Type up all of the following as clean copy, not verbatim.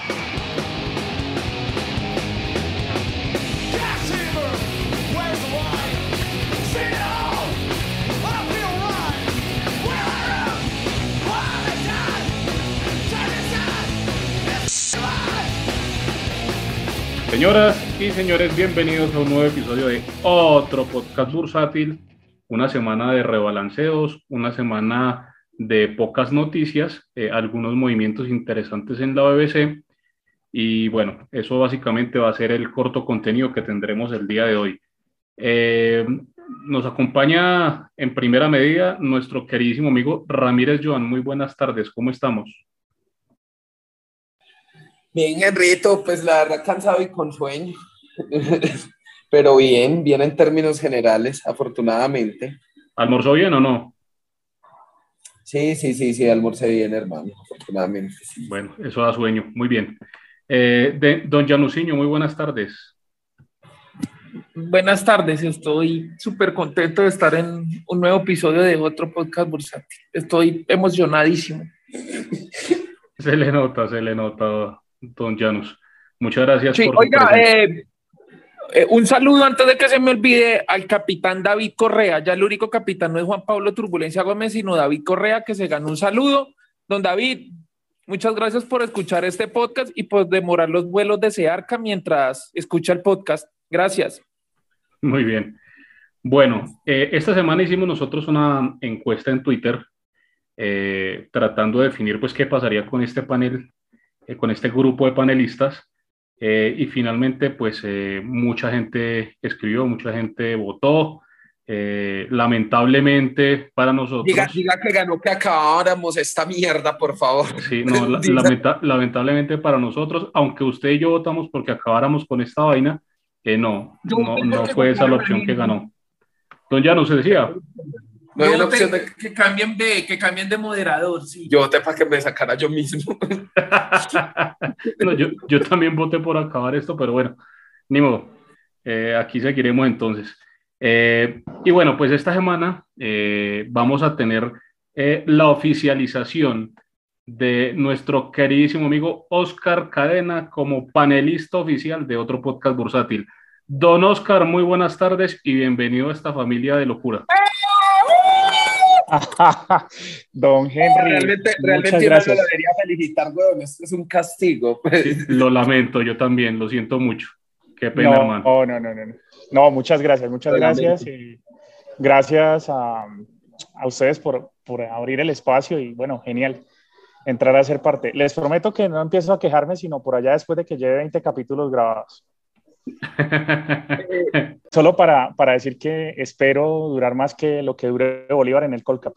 Señoras y señores, bienvenidos a un nuevo episodio de otro podcast bursátil. Una semana de rebalanceos, una semana de pocas noticias, algunos movimientos interesantes en la BBC. Y bueno, eso básicamente va a ser el corto contenido que tendremos el día de hoy. Nos acompaña en primera medida nuestro queridísimo amigo Ramírez Joan. Muy buenas tardes, ¿cómo estamos? Bien, Henrito, pues la verdad cansado y con sueño, pero bien en términos generales, afortunadamente. ¿Almorzó bien o no? Sí, almorcé bien, hermano, afortunadamente, sí. Bueno, eso da sueño, muy bien. Don Januciño, muy buenas tardes. Buenas tardes, estoy súper contento de estar en un nuevo episodio de otro podcast bursátil. Estoy emocionadísimo. Se le nota, don Janus. Muchas gracias Sí, por su oiga, presencia. un saludo antes de que se me olvide al capitán David Correa. Ya el único capitán no es Juan Pablo Turbulencia Gómez, sino David Correa, que se ganó un saludo. Don David, muchas gracias por escuchar este podcast y por demorar los vuelos de Searca mientras escucha el podcast. Gracias. Muy bien. Bueno, esta semana hicimos nosotros una encuesta en Twitter tratando de definir pues qué pasaría con este panel, con este grupo de panelistas. Y finalmente pues mucha gente escribió, mucha gente votó. Lamentablemente para nosotros... Diga que ganó, que acabáramos esta mierda, por favor. Sí, no, lamentablemente para nosotros, aunque usted y yo votamos porque acabáramos con esta vaina, no fue esa la opción que ganó. Don Llano, se decía. No hay la opción de que cambien de moderador, sí. Yo voté para que me sacara yo mismo. No, yo también voté por acabar esto, pero bueno, ni modo. Aquí seguiremos entonces. Y bueno, pues esta semana vamos a tener la oficialización de nuestro queridísimo amigo Oscar Cadena como panelista oficial de otro podcast bursátil. Don Oscar, muy buenas tardes y bienvenido a esta familia de locura. Don Henry, realmente muchas yo gracias. no lo debería felicitar, weón, esto es un castigo. Sí, lo lamento, yo también, lo siento mucho. Qué pena, hermano. No, muchas gracias. Y gracias a ustedes por abrir el espacio y bueno, genial entrar a ser parte. Les prometo que no empiezo a quejarme, sino por allá después de que lleve 20 capítulos grabados. Solo para decir que espero durar más que lo que dure Bolívar en el Colcap.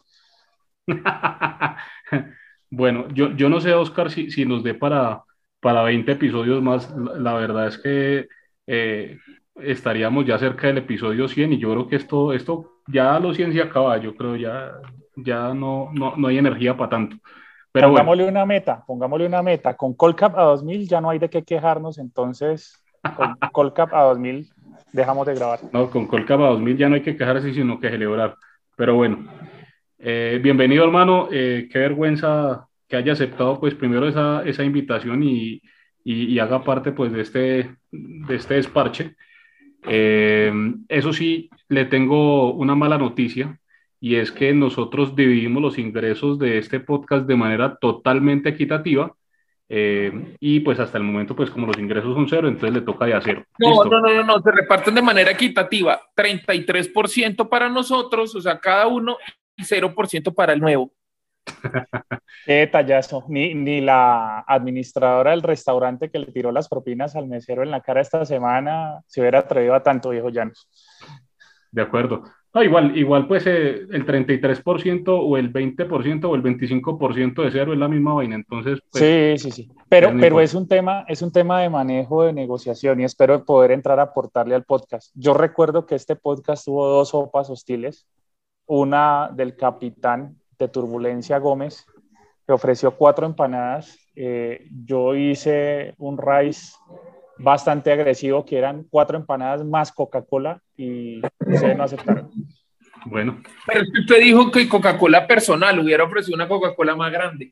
Bueno, yo no sé, Oscar, si nos dé para 20 episodios más. La verdad es que estaríamos ya cerca del episodio 100 y yo creo que esto ya a los 100 se acaba. Yo creo ya no hay energía para tanto. Pero pongámosle una meta. Con Colcap a 2000 ya no hay de qué quejarnos, entonces con Colcap a 2000 dejamos de grabar. No, con Colcap a 2000 ya no hay que quejarse, sino que celebrar. Pero bueno, bienvenido, hermano. Qué vergüenza que haya aceptado pues primero esa invitación y haga parte pues de este desparche. Eso sí, le tengo una mala noticia y es que nosotros dividimos los ingresos de este podcast de manera totalmente equitativa y pues hasta el momento pues como los ingresos son cero, entonces le toca de a cero. No, se reparten de manera equitativa, 33% para nosotros, o sea, cada uno, y 0% para el nuevo. Qué detallazo. Ni la administradora del restaurante que le tiró las propinas al mesero en la cara esta semana se hubiera atrevido a tanto, viejo Llanos. De acuerdo. No, igual pues el 33% o el 20% o el 25% de cero es la misma vaina, entonces pues, sí. Pero es un tema de manejo de negociación y espero poder entrar a aportarle al podcast. Yo recuerdo que este podcast tuvo 2 sopas hostiles, una del capitán de Turbulencia Gómez, que ofreció 4 empanadas. Yo hice un rice bastante agresivo, que eran 4 empanadas más Coca-Cola y ustedes no aceptaron. Bueno. Pero usted dijo que Coca-Cola personal hubiera ofrecido una Coca-Cola más grande.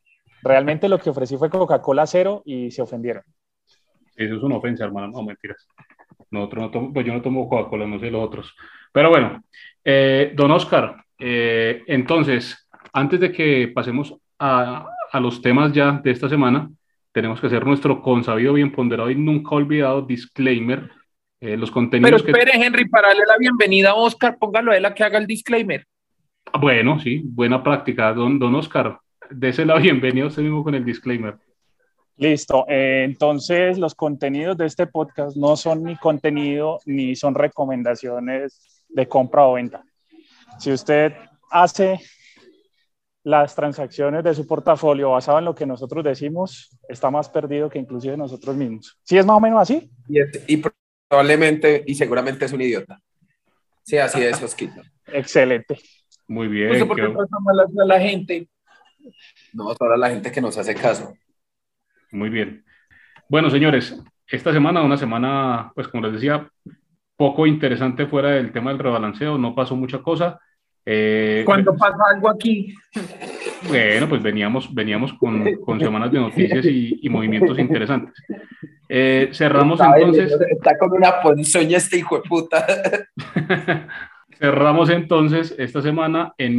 Realmente lo que ofrecí fue Coca-Cola cero y se ofendieron. Eso es una ofensa, hermano. No, mentiras. Nosotros no tomo, pues yo no tomo Coca-Cola, no sé los otros. Pero bueno, don Oscar, entonces, antes de que pasemos a los temas ya de esta semana, tenemos que hacer nuestro consabido, bien ponderado y nunca olvidado disclaimer. Los Pero contenidos espere, Henry, para darle la bienvenida a Oscar, póngalo a él a que haga el disclaimer. Bueno, sí, buena práctica, don Oscar. Dese la bienvenida usted mismo con el disclaimer. Listo. Entonces, los contenidos de este podcast no son ni contenido ni son recomendaciones de compra o venta. Si usted hace las transacciones de su portafolio basado en lo que nosotros decimos, está más perdido que inclusive nosotros mismos. ¿Sí es más o menos así? Y probablemente y seguramente es un idiota. Sí, así de esos quitan. Excelente. Muy No sé bien. por qué pasa mal a la gente. No, solo la gente que nos hace caso. Muy bien. Bueno, señores, esta semana, una semana, pues como les decía, poco interesante fuera del tema del rebalanceo, no pasó mucha cosa. Cuando pasa algo aquí. Bueno, pues veníamos con semanas de noticias y movimientos interesantes. Cerramos entonces. Está con una ponzoña este hijo de puta. Cerramos entonces esta semana en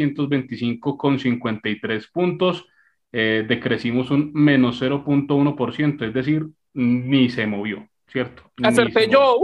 1625,53 puntos. Decrecimos un menos 0,1%, es decir, ni se movió, ¿cierto? Acerté yo.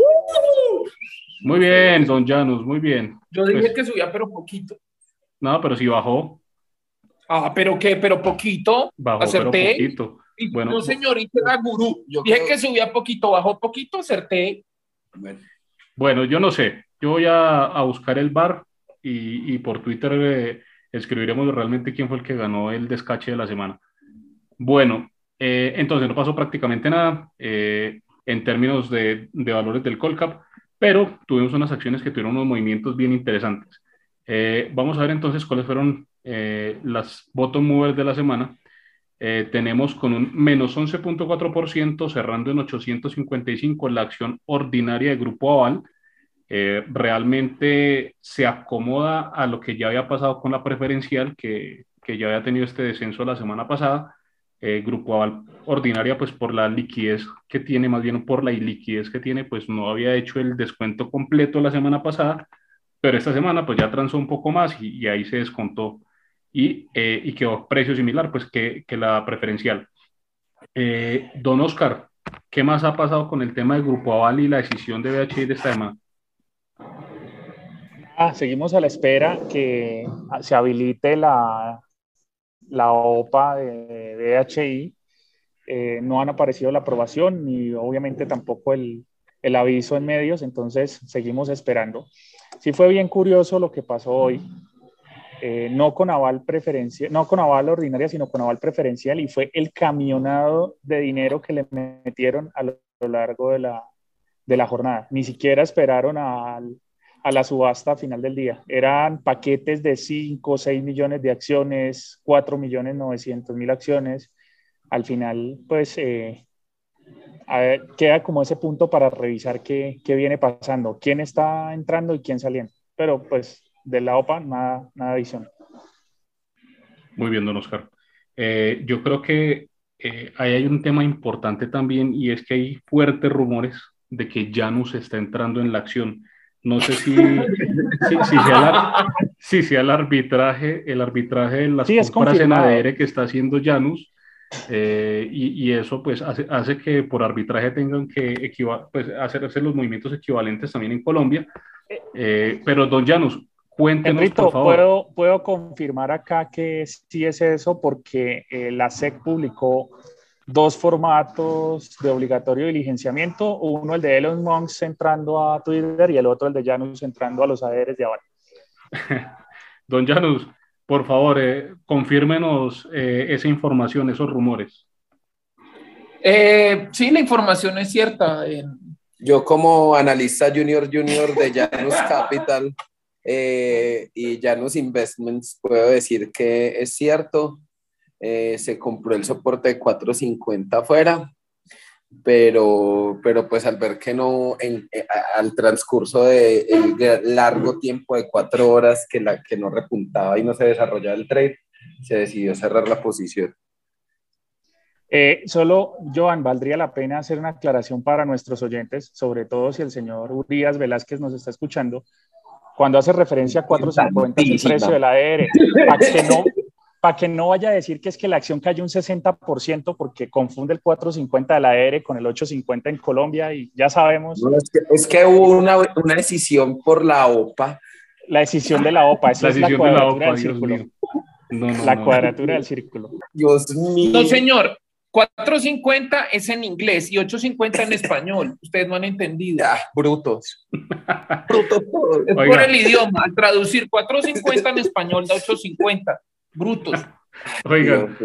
Muy bien, don Janus, muy bien. Yo dije Pues, que subía, pero poquito. no, pero sí bajó. ¿Pero qué? ¿Pero poquito? Bajó, Acerté. pero poquito. Y Bueno, no, señorita, era gurú. Yo Dije creo... que subía poquito, bajó poquito, acerté. Bueno, yo no sé. Yo voy a buscar el bar y por Twitter escribiremos realmente quién fue el que ganó el descache de la semana. Bueno, entonces no pasó prácticamente nada en términos de valores del Colcap, pero tuvimos unas acciones que tuvieron unos movimientos bien interesantes. Vamos a ver entonces cuáles fueron las bottom movers de la semana. Tenemos con un menos 11,4%, cerrando en 855 la acción ordinaria de Grupo Aval. Realmente se acomoda a lo que ya había pasado con la preferencial, que ya había tenido este descenso la semana pasada. Grupo Aval ordinaria, pues por la liquidez que tiene, más bien por la iliquidez que tiene, pues no había hecho el descuento completo la semana pasada, pero esta semana pues ya transó un poco más y ahí se descontó y quedó precio similar pues que la preferencial. Don Oscar, ¿qué más ha pasado con el tema del Grupo Aval y la decisión de BHI de esta semana? Seguimos a la espera que se habilite la OPA de DHI. No han aparecido la aprobación ni obviamente tampoco el aviso en medios, entonces seguimos esperando. Sí fue bien curioso lo que pasó hoy, no con aval preferencial, no con aval ordinaria, sino con aval preferencial, y fue el camionado de dinero que le metieron a lo largo de la jornada. Ni siquiera esperaron a la subasta final del día. Eran paquetes de 5 o 6 millones de acciones, 4.900.000 acciones. Al final, pues, queda como ese punto para revisar qué viene pasando, quién está entrando y quién saliendo. Pero, pues, de la OPA, nada adicional. Muy bien, don Oscar. Yo creo que ahí hay un tema importante también y es que hay fuertes rumores de que Janus está entrando en la acción. No sé si sea el arbitraje de las compras en ADR que está haciendo Janus, y eso pues hace que por arbitraje tengan que pues, hacerse los movimientos equivalentes también en Colombia. Pero don Janus, cuéntenos, Enrito, por favor. puedo confirmar acá que sí es eso porque la SEC publicó 2 formatos de obligatorio diligenciamiento, uno el de Elon Musk entrando a Twitter y el otro el de Janus entrando a los ADRs de Aval. Don Janus, por favor, confírmenos esa información, esos rumores. Sí, la información es cierta. Yo como analista junior de Janus Capital y Janus Investments puedo decir que es cierto. Se compró el soporte de 4.50 afuera, pero pues al ver que no, al transcurso del largo tiempo de 4 horas que no repuntaba y no se desarrollaba el trade, se decidió cerrar la posición. Solo, Joan, valdría la pena hacer una aclaración para nuestros oyentes, sobre todo si el señor Urias Velázquez nos está escuchando, cuando hace referencia a 4.50 es el precio del ADR, para que no vaya a decir que es que la acción cayó un 60% porque confunde el 4.50 del ADR con el 8.50 en Colombia y ya sabemos. No, es que hubo una decisión por la OPA. La decisión de la OPA, esa es la cuadratura del círculo. La cuadratura del círculo. Dios mío. No, señor. 4.50 es en inglés y 8.50 en español. Ustedes no han entendido. Brutos. Brutos todos. Es por el idioma. Al traducir 4.50 en español da 8.50. Brutos. Oigan,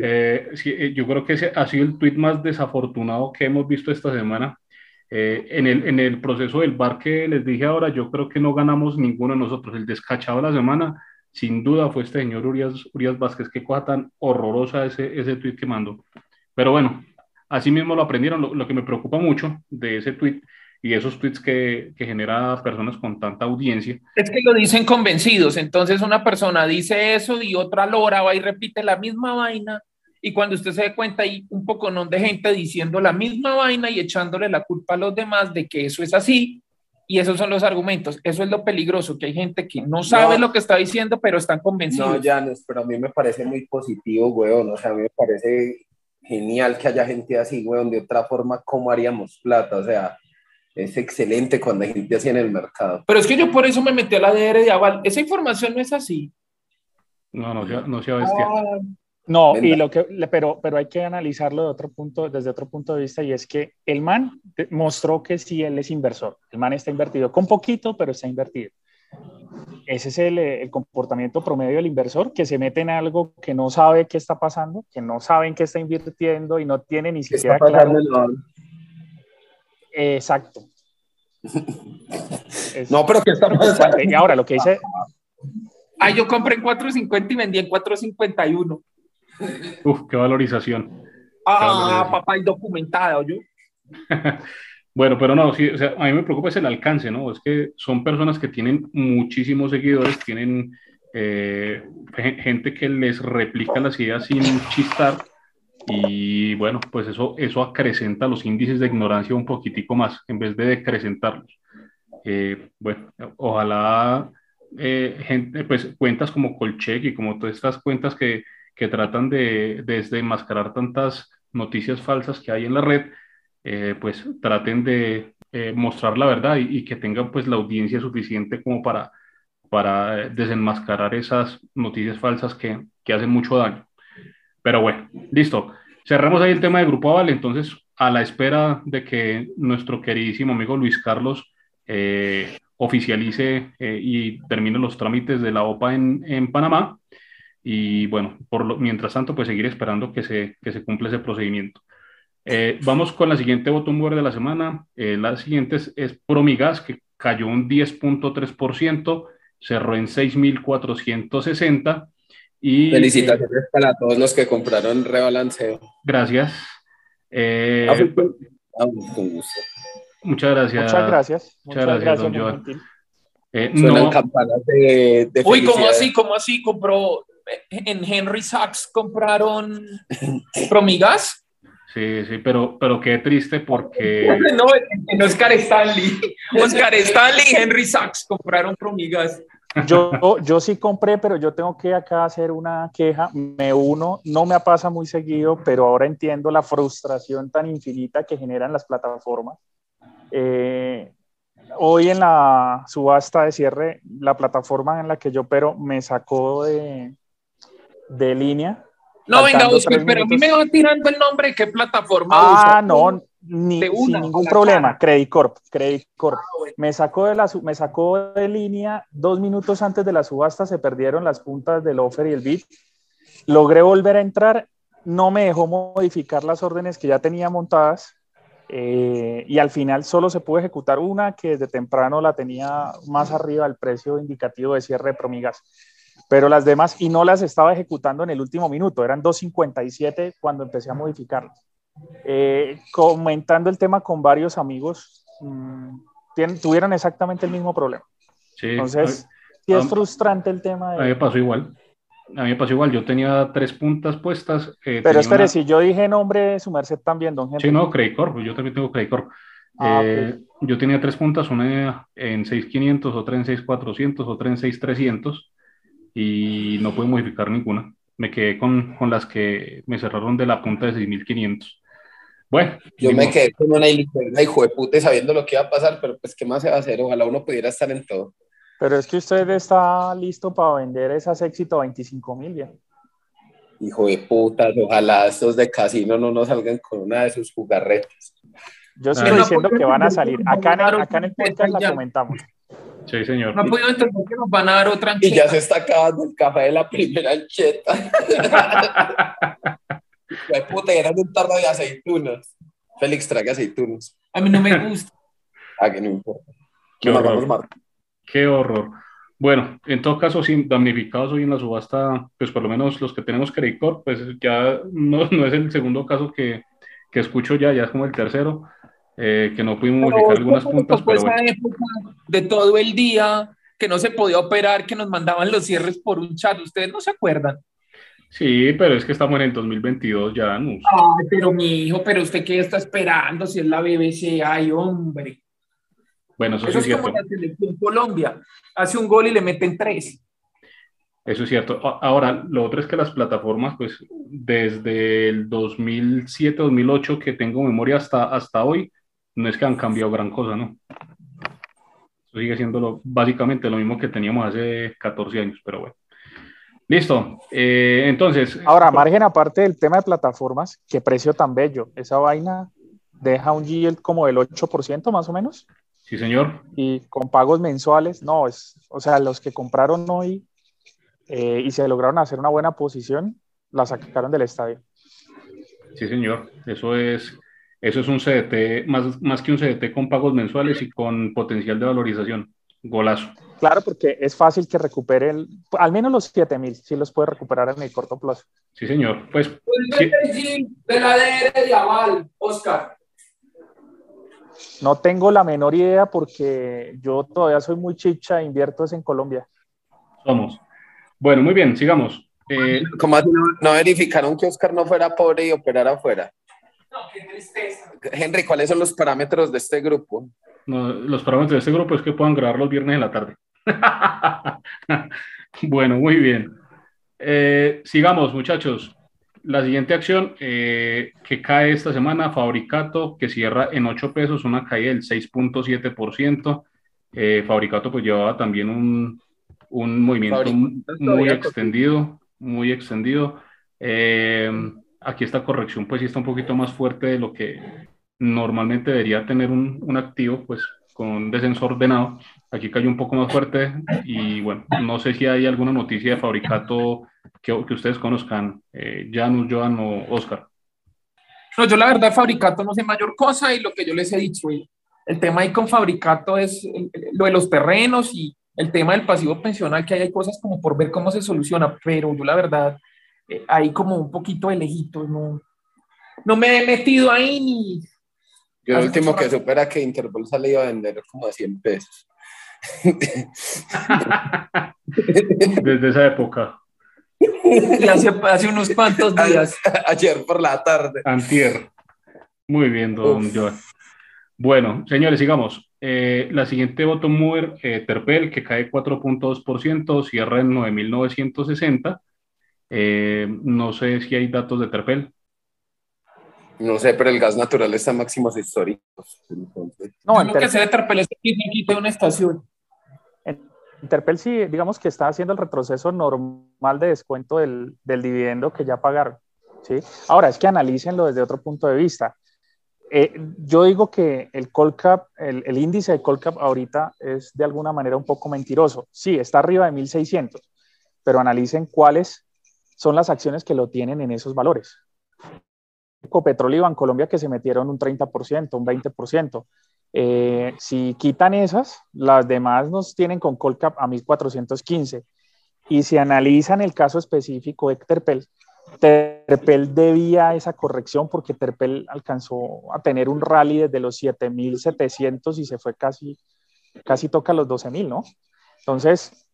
yo creo que ese ha sido el tuit más desafortunado que hemos visto esta semana. En el proceso del VAR que les dije ahora, yo creo que no ganamos ninguno de nosotros. El descachado de la semana, sin duda, fue este señor Urias Vázquez. Qué cosa tan horrorosa ese tuit que mandó. Pero bueno, así mismo lo aprendieron. Lo que me preocupa mucho de ese tuit y esos tweets que genera personas con tanta audiencia. Es que lo dicen convencidos. Entonces una persona dice eso y otra lora va y repite la misma vaina. Y cuando usted se dé cuenta hay un poconón de gente diciendo la misma vaina y echándole la culpa a los demás de que eso es así. Y esos son los argumentos. Eso es lo peligroso, que hay gente que no sabe lo que está diciendo, pero están convencidos. No, Llanos, pero a mí me parece muy positivo, weón. O sea, a mí me parece genial que haya gente así, weón. De otra forma, ¿cómo haríamos plata? O sea, es excelente cuando hay gente así en el mercado. Pero es que yo por eso me metí a la DR de Aval. Esa información no es así. No sea bestia. No, y pero hay que analizarlo desde otro punto de vista, y es que el man mostró que sí, él es inversor. El man está invertido, con poquito, pero está invertido. Ese es el comportamiento promedio del inversor, que se mete en algo que no sabe qué está pasando, que no sabe en qué está invirtiendo y no tiene ni siquiera claro. Exacto. No, pero ¿qué está pasando? Y ahora lo que dice... Yo compré en 4.50 y vendí en 4.51. Qué valorización. Papá, indocumentado, yo. Bueno, pero no, sí, o sea, a mí me preocupa es el alcance, ¿no? Es que son personas que tienen muchísimos seguidores, tienen gente que les replica las ideas sin chistar, y bueno, pues eso acrecenta los índices de ignorancia un poquitico más, en vez de decrecentarlos. Bueno, ojalá gente, pues cuentas como Colcheck y como todas estas cuentas que tratan de desenmascarar tantas noticias falsas que hay en la red, pues traten de mostrar la verdad y que tengan pues la audiencia suficiente como para desenmascarar esas noticias falsas que hacen mucho daño. Pero bueno, listo. Cerramos ahí el tema de Grupo Aval. Entonces, a la espera de que nuestro queridísimo amigo Luis Carlos oficialice y termine los trámites de la OPA en Panamá. Y bueno, mientras tanto, pues seguir esperando que se cumpla ese procedimiento. Vamos con la siguiente bottom mover de la semana. La siguiente es Promigas, que cayó un 10.3%, cerró en 6.460. Y felicitaciones para todos los que compraron rebalanceo. Gracias. Con gusto. Muchas gracias. Muchas gracias, don Joan. Suenan campanas de Uy, ¿cómo así? Compró en Henry Sachs, compraron Promigas. Sí, pero qué triste porque... No, Oscar Stanley y Henry Sachs compraron Promigas. Yo sí compré, pero yo tengo que acá hacer una queja. Me uno, no me pasa muy seguido, pero ahora entiendo la frustración tan infinita que generan las plataformas. Hoy en la subasta de cierre, la plataforma en la que yo opero me sacó de línea. No, venga, Oscar, pero a mí me va tirando el nombre de qué plataforma usa. No, sin ningún problema. Credit Corp. Me sacó de línea 2 minutos antes de la subasta, se perdieron las puntas del offer y el bid. Logré volver a entrar, no me dejó modificar las órdenes que ya tenía montadas, y al final solo se pudo ejecutar una que desde temprano la tenía más arriba del precio indicativo de cierre de Promigas. Pero las demás, y no las estaba ejecutando en el último minuto, eran 2.57 cuando empecé a modificarlas. Comentando el tema con varios amigos, tuvieron exactamente el mismo problema. Sí, entonces, sí es frustrante el tema. A mí me pasó igual. A mí me pasó igual, yo tenía 3 puntas puestas. Pero espere, si yo dije nombre, su merced también, don Sí, Henry. no, Credit Corp, yo también tengo Credit Corp. Ok. Yo tenía 3 puntas, una en 6.500, otra en 6.400, otra en 6.300 y no pude modificar ninguna. Me quedé con las que me cerraron de la punta de 6.500. Bueno, Yo ni me modo. quedé con una hijo de puta y sabiendo lo que iba a pasar, pero pues qué más se va a hacer, ojalá uno pudiera estar en todo. Pero es que usted está listo para vender esas éxito 25.000 ya. Hijo de putas, ojalá estos de casino no nos salgan con una de sus jugarretas. Yo sigo Ah, No ha diciendo podido que van a entender que salir. nos Acá van a dar acá otra en el ancheta podcast y la ya. comentamos. sí, señor. No ha podido entender que nos van a dar otra Y ya ancheta. se está acabando el café de la primera ancheta. Hijo de puta, y eran un tarro de aceitunas. Félix, traga aceitunas. A mí no me gusta. Ah, que no importa. Qué Nos hagamos horror, marca. qué horror. Bueno, en todo caso, sin damnificados hoy en la subasta, pues por lo menos los que tenemos Credit Corp, pues ya no es el segundo caso que escucho ya es como el tercero, que no pudimos Pero modificar es que algunas me puntas, tocó pero esa bueno. época de todo el día que no se podía operar, que nos mandaban los cierres por un chat. ¿Ustedes no se acuerdan? Sí, pero es que estamos en el 2022 ya, Nus. Ay, pero mi hijo, pero usted qué está esperando si es la BBC, ay, hombre. Bueno, eso sí Eso es es como cierto, la selección Colombia. Hace un gol y le meten tres. eso es cierto. Ahora, lo otro es que las plataformas, pues desde el 2007, 2008 que tengo memoria hasta hoy, no es que han cambiado gran cosa, ¿no? Eso sigue siendo básicamente lo mismo que teníamos hace 14 años, pero bueno. Listo. Entonces, Ahora, margen aparte del tema de plataformas, qué precio tan bello. Esa vaina deja un yield como del 8% más o menos. sí, señor. Y con pagos mensuales, no, o sea, los que compraron hoy y se lograron hacer una buena posición, la sacaron del estadio. Sí, señor. Eso es un CDT, más que un CDT con pagos mensuales y con potencial de valorización. Golazo. Claro, porque es fácil que recupere al menos los 7.000, sí los puede recuperar en el corto plazo. Sí, señor. Pues sí, De la DR de Aval, Oscar. No tengo la menor idea porque yo todavía soy muy chicha e invierto en Colombia. somos. Bueno, muy bien, sigamos. ¿Cómo así no verificaron que Oscar no fuera pobre y operara afuera? No, qué tristeza. Henry, ¿cuáles son los parámetros de este grupo? No, los parámetros de este grupo es que puedan grabar los viernes en la tarde. Bueno, muy bien. Sigamos, muchachos. La siguiente acción que cae esta semana, Fabricato, que cierra en 8 pesos, una caída del 6.7%. Fabricato pues llevaba también un movimiento Fabricantes muy todavía cotiza. extendido, muy extendido. Eh, Aquí esta corrección pues sí está un poquito más fuerte de lo que normalmente debería tener un activo, pues con un descenso ordenado. Aquí cayó un poco más fuerte y bueno, no sé si hay alguna noticia de Fabricato que ustedes conozcan, Janus, Joan o Oscar. No, yo la verdad, Fabricato no sé mayor cosa y lo que yo les he dicho, el tema ahí con Fabricato es lo de los terrenos y el tema del pasivo pensional, que hay cosas como por ver cómo se soluciona, pero yo la verdad, ahí como un poquito de lejitos, no me he metido ahí ni Yo el hace mucho último que rato. supe era que Interpol salía a vender como a 100 pesos. Desde esa época, Y hace unos cuantos días. Ayer por la tarde. antier. Muy bien, don Uf, Joan. Bueno, señores, sigamos. La siguiente bottom mover, Terpel, que cae 4.2%, cierra en 9.960. No sé si hay datos de Terpel. no sé, pero el gas natural está a máximos históricos. Entonces, No, Yo lo que sé de Terpel es que aquí hay una estación. Interpel sí, digamos que está haciendo el retroceso normal de descuento del dividendo que ya pagaron. ¿Sí? Ahora, es que analícenlo desde otro punto de vista. Yo digo que el Colcap, el índice de Colcap ahorita es de alguna manera un poco mentiroso. Sí, está arriba de 1.600, pero analicen cuáles son las acciones que lo tienen en esos valores. Ecopetrol y Bancolombia que se metieron un 30%, un 20%. Si quitan esas, las demás nos tienen con Colcap a 1.415. Y si analizan el caso específico de Terpel debía esa corrección porque Terpel alcanzó a tener un rally desde los 7.700 y se fue casi toca los 12.000, ¿no? Entonces,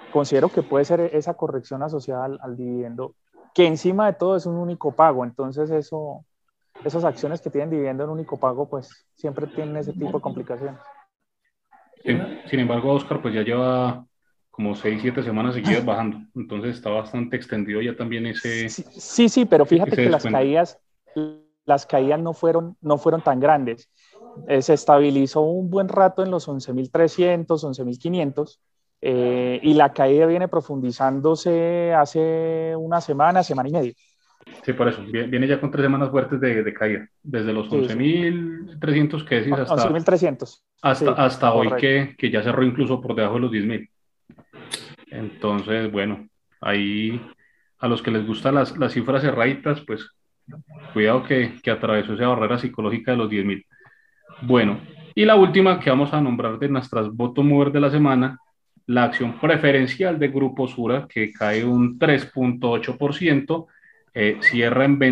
considero que puede ser esa corrección asociada al dividendo, que encima de todo es un único pago. Entonces esas acciones que tienen dividendo en único pago, pues siempre tienen ese tipo de complicaciones. Sí. Sin embargo, Oscar, pues ya lleva como 6, 7 semanas seguidas bajando, entonces está bastante extendido ya también ese... Sí, pero fíjate que descuento. las caídas no fueron tan grandes. Se estabilizó un buen rato en los 11.300, 11.500, y la caída viene profundizándose hace una semana y media. Sí, por eso, viene ya con 3 semanas fuertes de caída, desde los 11.300 que decís hasta 11.300. hasta hoy que ya cerró incluso por debajo de los 10.000. Entonces, bueno, ahí a los que les gustan las cifras cerraditas, pues cuidado que atravesó esa barrera psicológica de los 10.000. Bueno, y la última que vamos a nombrar de nuestras bottom movers de la semana, la acción preferencial de Grupo Sura, que cae un 3.8%, cierra en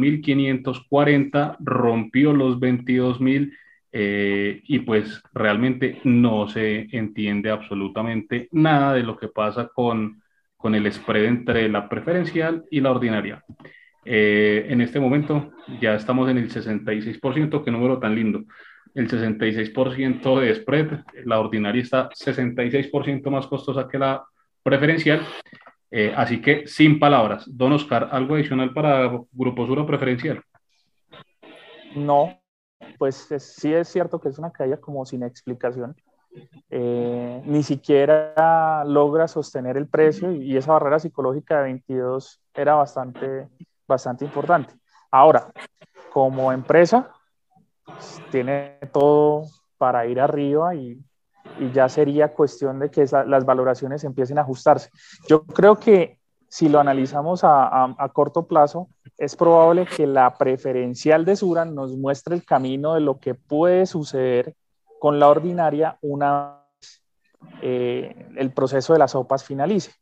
21.540, rompió los 22.000, y pues realmente no se entiende absolutamente nada de lo que pasa con el spread entre la preferencial y la ordinaria. En este momento ya estamos en el 66%, qué número tan lindo. El 66% de spread, la ordinaria está 66% más costosa que la preferencial. Así que sin palabras, don Oscar, ¿algo adicional para Grupo Sura preferencial? No, pues sí es cierto que es una caída como sin explicación. Ni siquiera logra sostener el precio y esa barrera psicológica de 22 era bastante importante. Ahora, como empresa, pues, tiene todo para ir arriba y ya sería cuestión de que las valoraciones empiecen a ajustarse. Yo creo que si lo analizamos a corto plazo, es probable que la preferencial de Sura nos muestre el camino de lo que puede suceder con la ordinaria una vez el proceso de las OPAs finalice.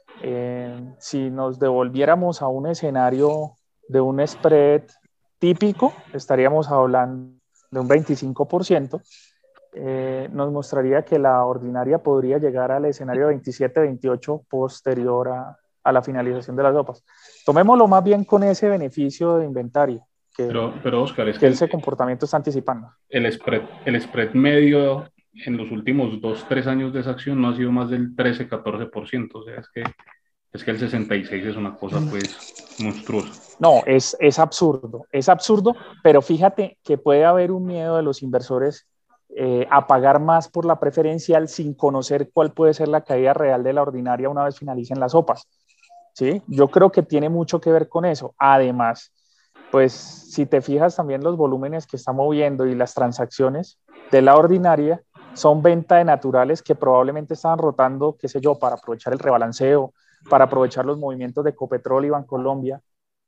Si nos devolviéramos a un escenario de un spread típico, estaríamos hablando de un 25%, nos mostraría que la ordinaria podría llegar al escenario 27-28 posterior a la finalización de las OPAs. Tomémoslo más bien con ese beneficio de inventario Pero Oscar, es que ese comportamiento está anticipando. El spread medio en los últimos 2, 3 años de esa acción no ha sido más del 13, 14%. O sea, es que el 66 es una cosa pues monstruosa. No, es absurdo, pero fíjate que puede haber un miedo de los inversores a pagar más por la preferencial sin conocer cuál puede ser la caída real de la ordinaria una vez finalicen las OPAs. ¿Sí? Yo creo que tiene mucho que ver con eso. Además, pues si te fijas también los volúmenes que está moviendo y las transacciones de la ordinaria son venta de naturales que probablemente estaban rotando, qué sé yo, para aprovechar el rebalanceo, para aprovechar los movimientos de Ecopetrol y Bancolombia.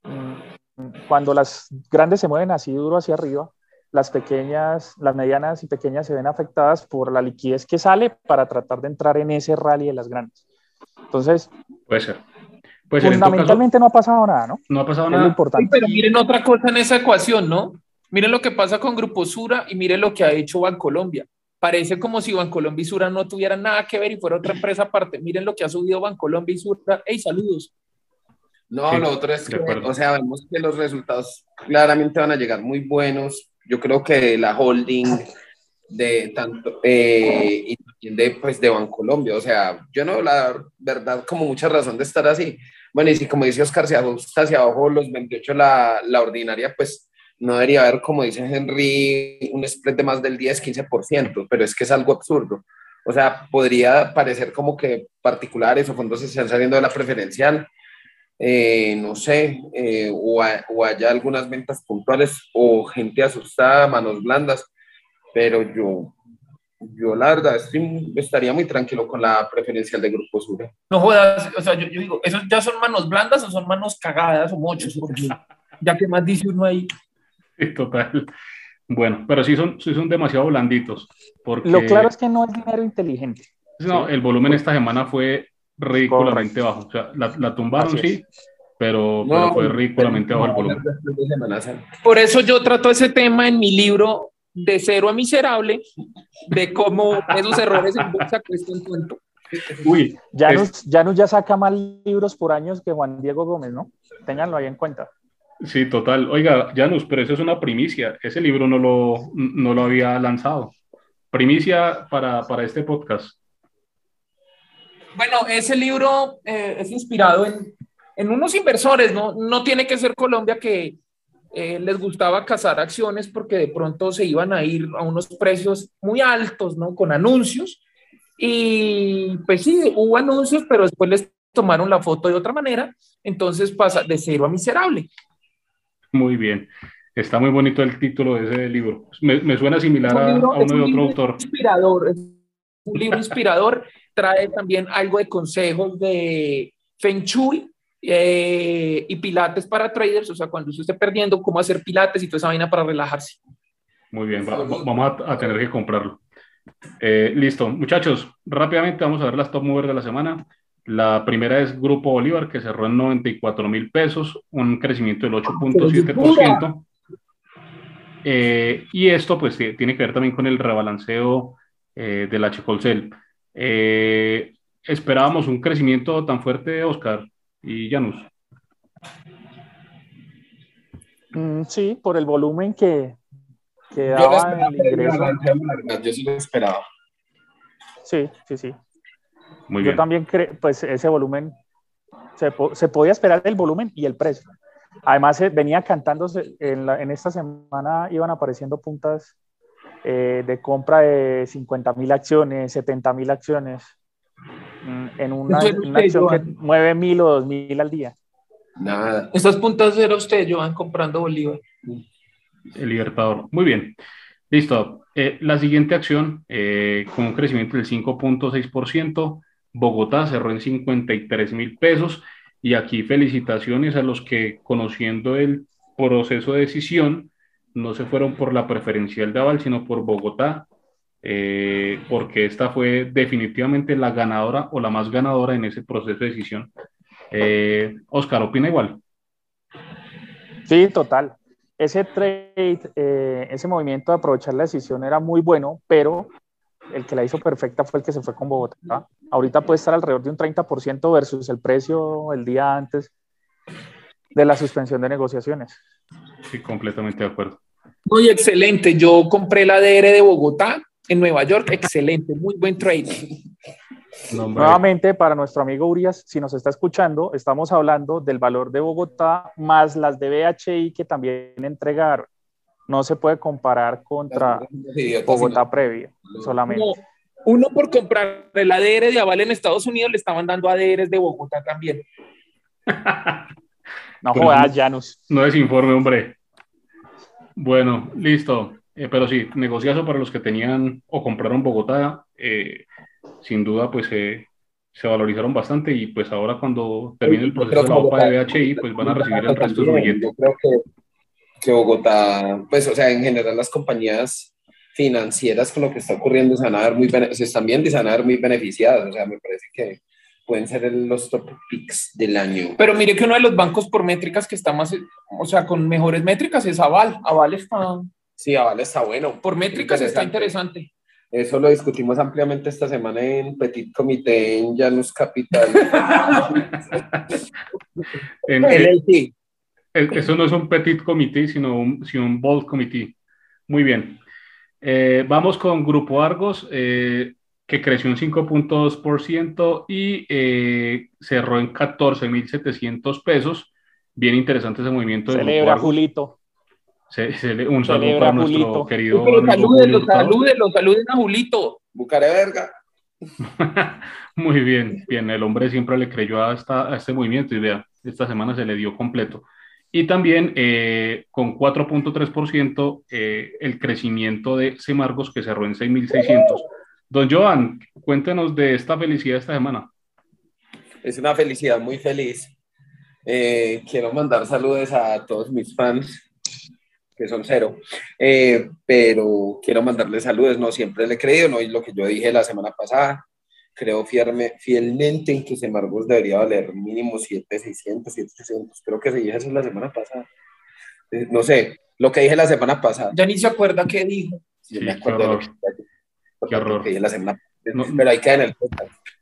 Cuando las grandes se mueven así duro hacia arriba, las medianas y pequeñas se ven afectadas por la liquidez que sale para tratar de entrar en ese rally de las grandes. Entonces, puede ser. Fundamentalmente no ha pasado nada, ¿no? No ha pasado nada. Es importante. Pero miren otra cosa en esa ecuación, ¿no? Miren lo que pasa con Grupo Sura y miren lo que ha hecho Bancolombia. Parece como si Bancolombia y Sura no tuvieran nada que ver y fuera otra empresa aparte. Miren lo que ha subido Bancolombia y Sura. ¡Ey, saludos! No, sí, lo otro es que, o sea, vemos que los resultados claramente van a llegar muy buenos. Yo creo que la holding de tanto y también de Bancolombia, o sea, yo no, la verdad, como mucha razón de estar así. Bueno, y si como dice Oscar, se ajusta hacia abajo los 28 la ordinaria, pues no debería haber, como dice Henry, un spread de más del 10-15%, pero es que es algo absurdo. O sea, podría parecer como que particulares o fondos se están saliendo de la preferencial, no sé, o haya algunas ventas puntuales o gente asustada, manos blandas, pero yo la verdad estaría muy tranquilo con la preferencial de Grupo Sura. No jodas, o sea, yo digo, ¿esos ya son manos blandas o son manos cagadas o mochos? Porque ya que más dice uno ahí. Sí, total. Bueno, pero sí son demasiado blanditos. Porque... Lo claro es que no es dinero inteligente. No, ¿sí? El volumen esta semana fue ridículamente bajo. O sea, la tumbaron, sí, pero fue ridículamente bajo el volumen. Por eso yo trato ese tema en mi libro De Cero a Miserable, de cómo esos errores en bolsa cuestan tanto. Uy, Janus ya saca más libros por años que Juan Diego Gómez, ¿no? Ténganlo ahí en cuenta. sí, total. Oiga, Janus, pero eso es una primicia. Ese libro no lo había lanzado. Primicia para este podcast. Bueno, ese libro es inspirado en unos inversores, ¿no? No tiene que ser Colombia que les gustaba cazar acciones porque de pronto se iban a ir a unos precios muy altos, ¿no? Con anuncios. Y pues sí, hubo anuncios, pero después les tomaron la foto de otra manera. Entonces pasa de cero a miserable. Muy bien. Está muy bonito el título de ese libro. Me suena similar a uno de otro autor. Inspirador, es un libro inspirador. Trae también algo de consejos de Feng Shui y pilates para traders, o sea, cuando usted esté perdiendo, cómo hacer pilates y toda esa vaina para relajarse. Muy bien, vamos a tener que comprarlo. Listo, muchachos, rápidamente vamos a ver las top movers de la semana. La primera es Grupo Bolívar, que cerró en 94.000 pesos, un crecimiento del 8.7%. Y esto pues tiene que ver también con el rebalanceo del H. Colcel. Esperábamos un crecimiento tan fuerte, Oscar y Janus. Sí, por el volumen que daba el ingreso. Yo sí lo esperaba. Sí. Muy bien. Yo también creo, pues ese volumen, se podía esperar el volumen y el precio. Además, venía cantándose, en esta semana iban apareciendo puntas de compra de 50.000 acciones, 70.000 acciones, en una acción que mueve 1.000 o 2.000 al día. Nada. Estas puntas era usted, Joan, comprando Bolívar. El Libertador. Muy bien. Listo. La siguiente acción, con un crecimiento del 5.6%, Bogotá cerró en 53.000 pesos. Y aquí felicitaciones a los que, conociendo el proceso de decisión, no se fueron por la preferencial de aval, sino por Bogotá, porque esta fue definitivamente la ganadora o la más ganadora en ese proceso de decisión. Oscar, ¿opina igual? Sí, total. Ese trade, ese movimiento de aprovechar la decisión era muy bueno, pero el que la hizo perfecta fue el que se fue con Bogotá. Ahorita puede estar alrededor de un 30% versus el precio el día antes de la suspensión de negociaciones. Sí, completamente de acuerdo. Muy excelente. Yo compré la ADR de Bogotá en Nueva York. Excelente, muy buen trade. Nuevamente, para nuestro amigo Urias, si nos está escuchando, estamos hablando del valor de Bogotá más las de BHI que también entregaron. No se puede comparar contra Bogotá previa, solamente. Uno por comprar el ADR de aval en Estados Unidos le estaban dando ADRs de Bogotá también. No jodas, Janus. No desinforme, hombre. Bueno, listo. Pero sí, negociazo para los que tenían o compraron Bogotá. Sin duda, pues se valorizaron bastante y pues ahora cuando termine el proceso de la OPA de BHI, pues van a recibir el resto de su billete. Yo creo que Bogotá, pues, o sea, en general las compañías financieras con lo que está ocurriendo se están viendo y se van a ver muy beneficiadas. O sea, me parece que pueden ser los top picks del año. Pero mire que uno de los bancos por métricas que está más, o sea, con mejores métricas es Aval. Aval está... Sí, Aval está bueno. Por métricas está interesante. Eso lo discutimos ampliamente esta semana en Petit Comité en Janus Capital. Eso no es un Petit Comité, sino un Bold Comité. Muy bien. Vamos con Grupo Argos, que creció un 5.2% y cerró en 14.700 pesos. Bien interesante ese movimiento de Celebra, Grupo Argos. Julito. Un saludo para nuestro querido amigo saluden a Julito. Bucareverga. Muy bien, el hombre siempre le creyó a este movimiento y vea, esta semana se le dio completo. Y también con 4.3% el crecimiento de Semargos, que cerró en 6.600. Don Joan, cuéntenos de esta felicidad esta semana. Es una felicidad muy feliz. Quiero mandar saludos a todos mis fans, que son 0, pero quiero mandarles saludos. No siempre le he creído, no es lo que yo dije la semana pasada. Creo fielmente en que Semargos debería valer mínimo 7.600, 7.800. Creo que se dije eso la semana pasada. No sé, lo que dije la semana pasada. Ya ni se acuerda qué dijo. Sí, me acuerdo qué horror. que dije la semana pasada. Pero ahí queda en el podcast.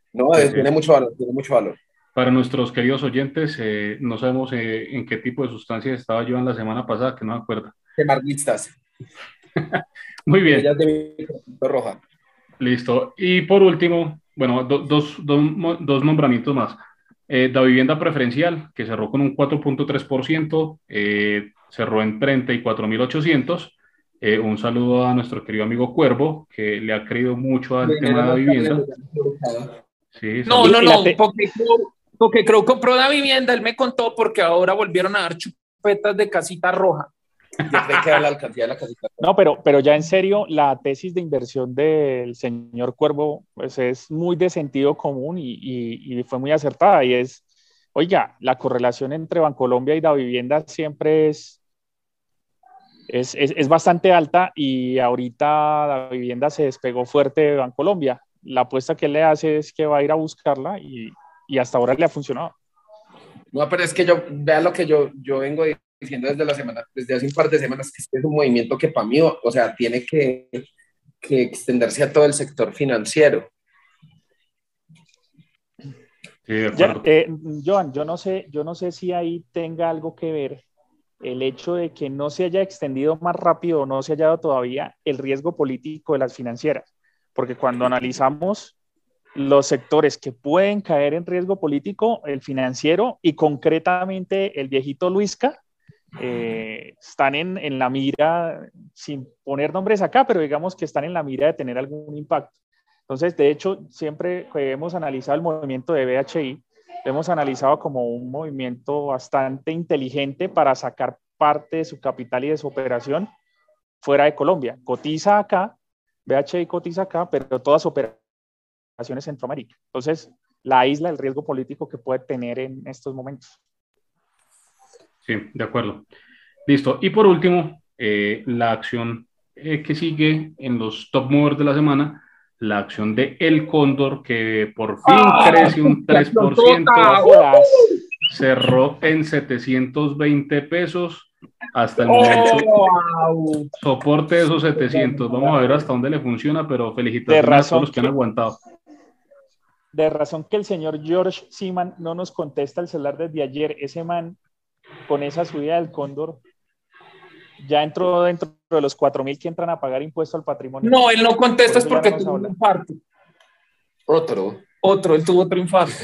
No, Sí, tiene sí. mucho valor, tiene mucho valor. Para nuestros queridos oyentes, no sabemos en qué tipo de sustancias estaba yo en la semana pasada, que no me acuerdo. Quemarguistas, Muy bien, semillas de microcito roja. listo. Y por último, bueno, dos nombramientos más. La vivienda preferencial, que cerró con un 4.3%, cerró en 34.800. Un saludo a nuestro querido amigo Cuervo, que le ha creído mucho al tema Dinero de la más tarde, vivienda. equivocado. Sí, No, saludos. no, Y la no, T, porque creo compró una vivienda, él me contó porque ahora volvieron a dar chupetas de casita roja. Yo creí que era la alcaldía de la casita. no, pero ya en serio, la tesis de inversión del señor Cuervo pues es muy de sentido común y fue muy acertada. Y es, oiga, la correlación entre Bancolombia y la vivienda siempre es bastante alta y ahorita la vivienda se despegó fuerte de Bancolombia. La apuesta que él le hace es que va a ir a buscarla y hasta ahora le ha funcionado. No, pero es que vea lo que yo vengo diciendo desde la semana, desde hace un par de semanas, que este es un movimiento que para mí, o sea, tiene que extenderse a todo el sector financiero. Sí, de Ya, acuerdo. Joan, yo no sé si ahí tenga algo que ver el hecho de que no se haya extendido más rápido o no se haya dado todavía el riesgo político de las financieras, porque cuando analizamos los sectores que pueden caer en riesgo político, el financiero y concretamente el viejito Luisca, están en la mira, sin poner nombres acá, pero digamos que están en la mira de tener algún impacto. Entonces, de hecho, siempre que hemos analizado el movimiento de BHI, lo hemos analizado como un movimiento bastante inteligente para sacar parte de su capital y de su operación fuera de Colombia. Cotiza acá, BHI cotiza acá, pero todas operaciones en Centroamérica. Entonces, la isla, el riesgo político que puede tener en estos momentos. Sí, de acuerdo. Listo. Y por último, la acción que sigue en los top movers de la semana, la acción de El Cóndor, que por fin ¡Ah! crece un ¡Qué acción 3%, toca! Jodas. cerró en 720 pesos. Hasta el momento, ¡Oh, wow! soporte de esos 700. Vamos a ver hasta dónde le funciona, pero De felicitaciones a todos razón los que han que, aguantado. de razón que el señor George Seaman no nos contesta el celular desde ayer. Ese man, con esa subida del cóndor, ya entró dentro de los 4.000 que entran a pagar impuesto al patrimonio. No, él no Por contesta es eso ya no porque nos tuvo un habla. infarto. Otro. Él tuvo otro infarto.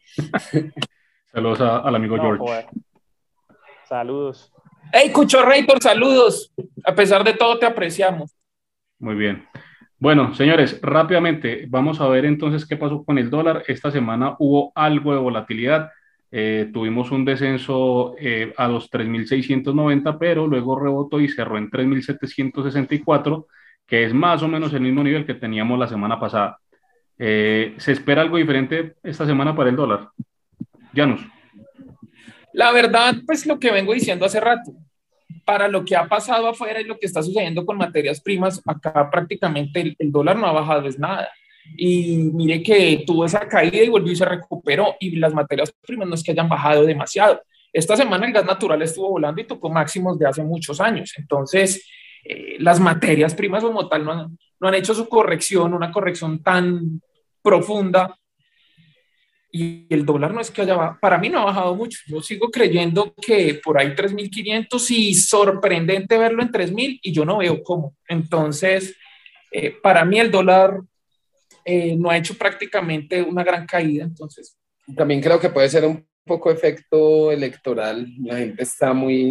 Saludos al amigo No, George. joder. Saludos. Hey, Cuchorreitor, saludos. A pesar de todo, te apreciamos. Muy bien. Bueno, señores, rápidamente vamos a ver entonces qué pasó con el dólar. Esta semana hubo algo de volatilidad. Tuvimos un descenso a los 3.690, pero luego rebotó y cerró en 3.764, que es más o menos el mismo nivel que teníamos la semana pasada. ¿Se espera algo diferente esta semana para el dólar? Janus. La verdad, pues lo que vengo diciendo hace rato, para lo que ha pasado afuera y lo que está sucediendo con materias primas, acá prácticamente el dólar no ha bajado es nada. Y mire que tuvo esa caída y volvió y se recuperó. Y las materias primas no es que hayan bajado demasiado. Esta semana el gas natural estuvo volando y tocó máximos de hace muchos años. Entonces, las materias primas como tal no han hecho su corrección, una corrección tan profunda. Y el dólar no es que haya, para mí no ha bajado mucho. Yo sigo creyendo que por ahí 3.500 y sorprendente verlo en 3.000 y yo no veo cómo. Entonces, para mí el dólar no ha hecho prácticamente una gran caída. Entonces, También creo que puede ser un poco efecto electoral. La gente está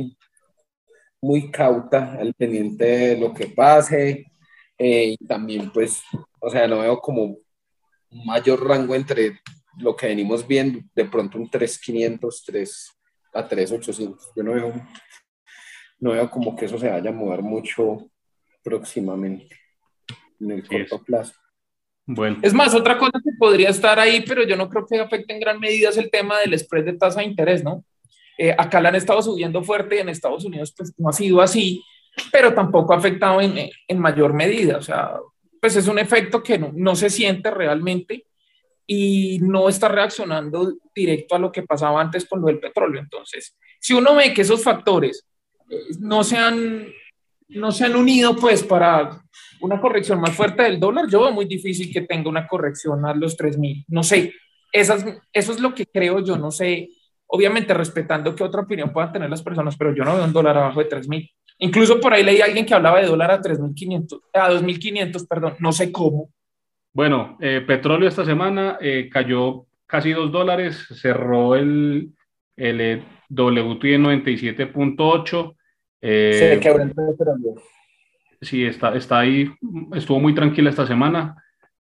muy cauta al pendiente de lo que pase. Y también, pues, o sea, no veo como un mayor rango entre lo que venimos viendo, de pronto un 3.500 a 3.800. Yo no veo como que eso se vaya a mover mucho próximamente, en el Sí es. corto plazo. Bueno, es más, otra cosa que podría estar ahí, pero yo no creo que afecte en gran medida es el tema del spread de tasa de interés, ¿no? Acá la han estado subiendo fuerte y en Estados Unidos pues no ha sido así, pero tampoco ha afectado en mayor medida. O sea, pues es un efecto que no se siente realmente y no está reaccionando directo a lo que pasaba antes con lo del petróleo. Entonces, si uno ve que esos factores no se han no se han unido pues para una corrección más fuerte del dólar, yo veo muy difícil que tenga una corrección a los 3.000. No sé, eso es lo que creo yo, no sé, obviamente respetando que otra opinión puedan tener las personas, pero yo no veo un dólar abajo de 3.000. Incluso por ahí leí a alguien que hablaba de dólar a 3.500, a 2.500, perdón, no sé cómo. Bueno, petróleo esta semana cayó casi $2, cerró el WTI en 97.8. Se quebró el petróleo. Sí, está ahí, estuvo muy tranquila esta semana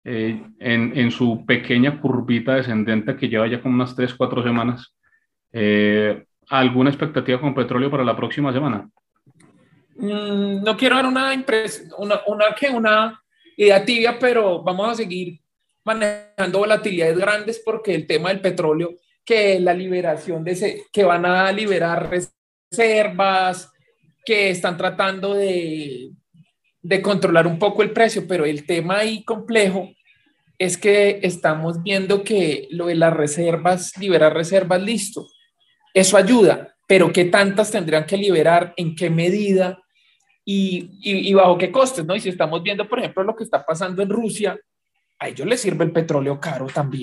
en su pequeña curvita descendente que lleva ya como unas 3, 4 semanas. ¿Alguna expectativa con petróleo para la próxima semana? No quiero dar una impresión, una idea tibia, pero vamos a seguir manejando volatilidades grandes porque el tema del petróleo, que la liberación que van a liberar reservas, que están tratando de controlar un poco el precio, pero el tema ahí complejo es que estamos viendo que lo de las reservas, liberar reservas, listo, eso ayuda, pero ¿qué tantas tendrían que liberar? ¿En qué medida? Y bajo qué costes, ¿no? Y si estamos viendo, por ejemplo, lo que está pasando en Rusia, a ellos les sirve el petróleo caro también.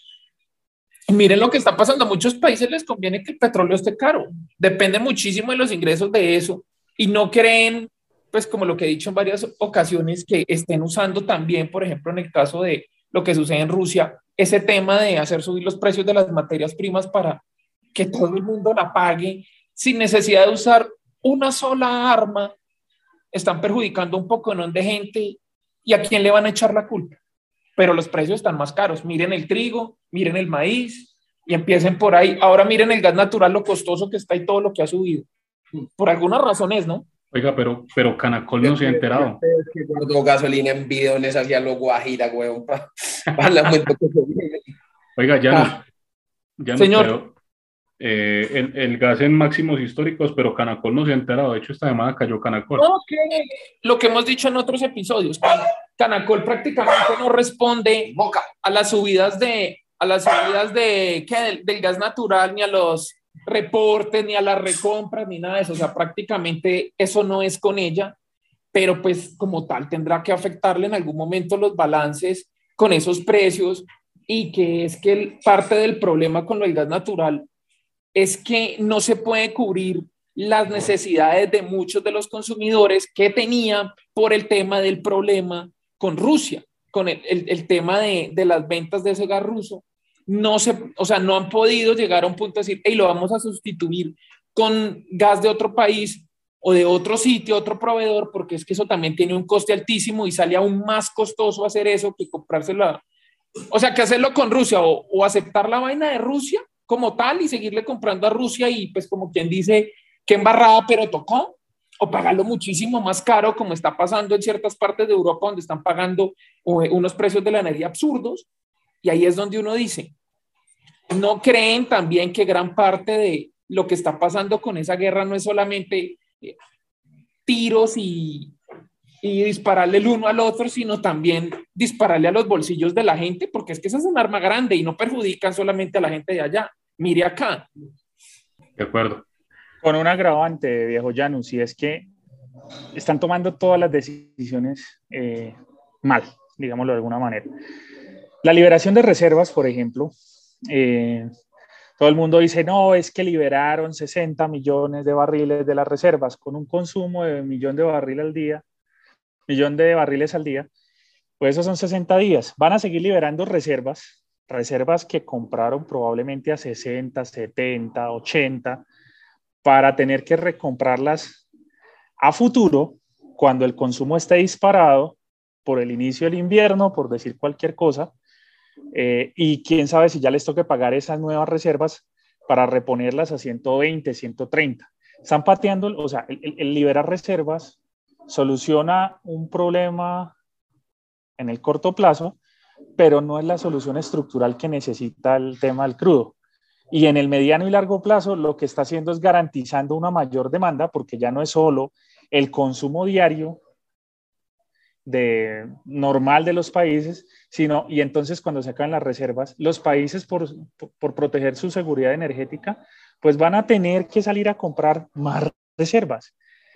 Y miren lo que está pasando, a muchos países les conviene que el petróleo esté caro, depende muchísimo de los ingresos de eso y no creen, pues como lo que he dicho en varias ocasiones, que estén usando también, por ejemplo, en el caso de lo que sucede en Rusia, ese tema de hacer subir los precios de las materias primas para que todo el mundo la pague sin necesidad de usar una sola arma. Están perjudicando un poco de gente y a quién le van a echar la culpa. Pero los precios están más caros. Miren el trigo, miren el maíz y empiecen por ahí. Ahora miren el gas natural, lo costoso que está y todo lo que ha subido. Por algunas razones, ¿no? Oiga, pero Canacol no se ha enterado. Que guardó gasolina en bidones hacia los Guajira, weón, para el aumento que se viene. Oiga, ya no, señor. pero el gas en máximos históricos, pero Canacol no se ha enterado. De hecho, esta semana cayó Canacol. Okay. Lo que hemos dicho en otros episodios, Canacol prácticamente no responde a las subidas del gas natural, ni a los reportes, ni a las recompras, ni nada de eso. O sea, prácticamente eso no es con ella, pero pues como tal tendrá que afectarle en algún momento los balances con esos precios y que es que parte del problema con el gas natural es que no se puede cubrir las necesidades de muchos de los consumidores que tenían por el tema del problema con Rusia, con el tema de las ventas de ese gas ruso. No han podido llegar a un punto de decir, hey, lo vamos a sustituir con gas de otro país o de otro sitio, otro proveedor, porque es que eso también tiene un coste altísimo y sale aún más costoso hacer eso que comprárselo. O sea, que hacerlo con Rusia o aceptar la vaina de Rusia como tal y seguirle comprando a Rusia y pues como quien dice, qué embarrada, pero tocó, o pagarlo muchísimo más caro como está pasando en ciertas partes de Europa donde están pagando unos precios de la energía absurdos y ahí es donde uno dice, ¿no creen también que gran parte de lo que está pasando con esa guerra no es solamente tiros y dispararle el uno al otro, sino también dispararle a los bolsillos de la gente, porque es que esa es un arma grande y no perjudican solamente a la gente de allá. Mire acá. De acuerdo. Con un agravante, viejo Janus, y es que están tomando todas las decisiones mal, digámoslo de alguna manera. La liberación de reservas, por ejemplo, todo el mundo dice, no, es que liberaron 60 millones de barriles de las reservas con un consumo de 1 millón de barriles al día, pues esos son 60 días. Van a seguir liberando reservas que compraron probablemente a 60, 70, 80, para tener que recomprarlas a futuro cuando el consumo esté disparado por el inicio del invierno, por decir cualquier cosa, y quién sabe si ya les toque pagar esas nuevas reservas para reponerlas a 120, 130. Están pateando, o sea, el liberar reservas soluciona un problema en el corto plazo, pero no es la solución estructural que necesita el tema del crudo. Y en el mediano y largo plazo lo que está haciendo es garantizando una mayor demanda, porque ya no es solo el consumo diario normal de los países, sino, y entonces cuando se acaban las reservas, los países por proteger su seguridad energética, pues van a tener que salir a comprar más reservas.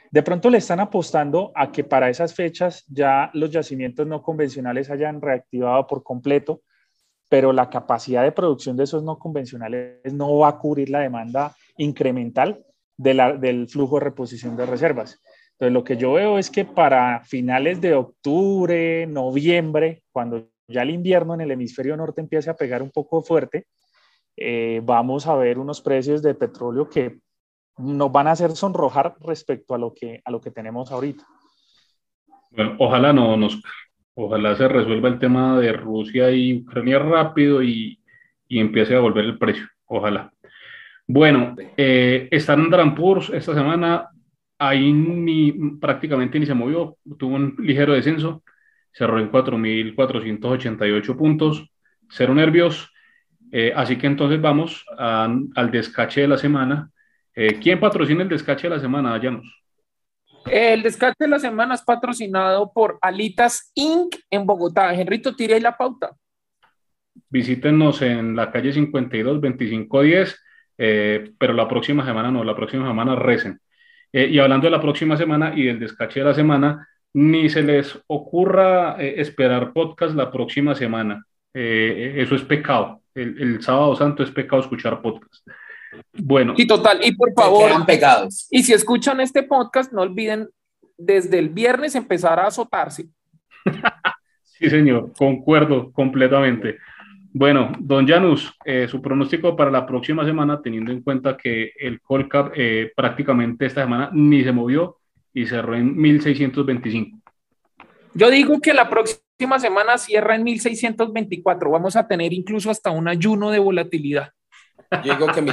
De pronto le están apostando a que para esas fechas ya los yacimientos no convencionales hayan reactivado por completo, pero la capacidad de producción de esos no convencionales no va a cubrir la demanda incremental del flujo de reposición de reservas. Entonces, lo que yo veo es que para finales de octubre, noviembre, cuando ya el invierno en el hemisferio norte empiece a pegar un poco fuerte, vamos a ver unos precios de petróleo que nos van a hacer sonrojar respecto a lo que tenemos ahorita. Bueno, ojalá no, ojalá se resuelva el tema de Rusia y Ucrania rápido y empiece a volver el precio. Ojalá. Bueno, Standard & Poor's esta semana ahí prácticamente ni se movió, tuvo un ligero descenso, cerró en 4.488 puntos, cero nervios. Así que entonces vamos al descache de la semana. ¿Quién patrocina el descache de la semana, Llanos? El descache de la semana es patrocinado por Alitas Inc. en Bogotá. Henrito, tire ahí la pauta. Visítenos en la calle 52 2510, pero la próxima semana no, la próxima semana recen. Y hablando de la próxima semana y del descache de la semana, ni se les ocurra esperar podcast la próxima semana. Eso es pecado. El sábado santo es pecado escuchar podcast. Bueno. Y total, y por favor, quedan pegados. Y si escuchan este podcast, no olviden desde el viernes empezar a azotarse. Sí, señor, concuerdo completamente. Bueno, don Janus, su pronóstico para la próxima semana, teniendo en cuenta que el Colcap prácticamente esta semana ni se movió y cerró en 1625. Yo digo que la próxima semana cierra en 1624. Vamos a tener incluso hasta un ayuno de volatilidad. Yo digo que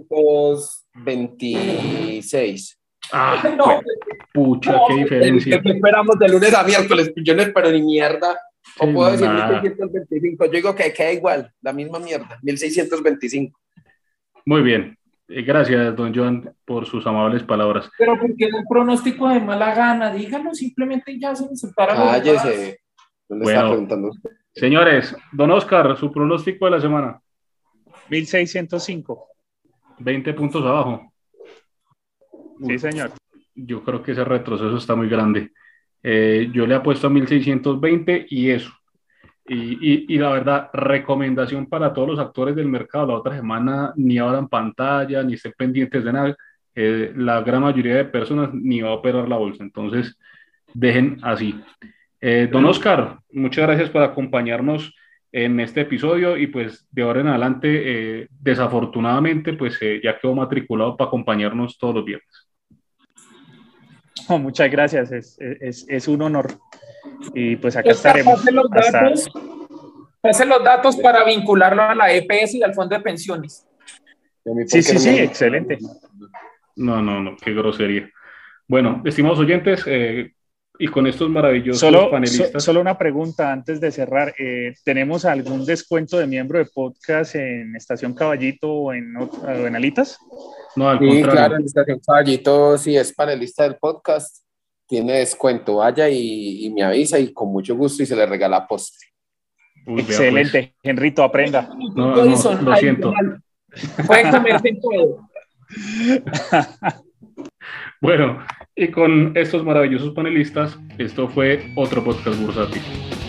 1626. Ah, no. Pucha, qué diferencia. ¿Qué esperamos de lunes a miércoles? Yo no espero ni mierda. O Sí, puedo decir nada. 1625. Yo digo que queda igual, la misma mierda, 1625. Muy bien. Gracias, don Joan, por sus amables palabras. Pero porque un pronóstico de mala gana, díganlo simplemente ya sin insultar a los demás. Cállese. No le Bueno. estaba preguntando a usted. Señores, don Oscar, su pronóstico de la semana. 1605. 20 puntos abajo. Sí, señor. Yo creo que ese retroceso está muy grande. Yo le apuesto a 1620 y eso. Y la verdad, recomendación para todos los actores del mercado. La otra semana ni abran pantalla, ni estén pendientes de nada. La gran mayoría de personas ni va a operar la bolsa. Entonces, dejen así. Don Oscar, muchas gracias por acompañarnos en este episodio y pues de ahora en adelante, desafortunadamente, pues ya quedó matriculado para acompañarnos todos los viernes. Oh, muchas gracias, es un honor. Y pues acá Oscar, estaremos. Pase los datos para vincularlo a la EPS y al fondo de pensiones. Sí, excelente. No, qué grosería. Bueno, estimados oyentes, y con estos maravillosos panelistas. Solo una pregunta antes de cerrar. ¿Tenemos algún descuento de miembro de podcast en Estación Caballito o en Alitas? No, al Sí, contrario. claro, en Estación Caballito, si es panelista del podcast, tiene descuento. Vaya y me avisa y con mucho gusto y se le regala postre. Uy, excelente, pues. Henrito, aprenda. No, lo siento. Pueden comerse en todo. Bueno, y con estos maravillosos panelistas, esto fue otro podcast bursátil.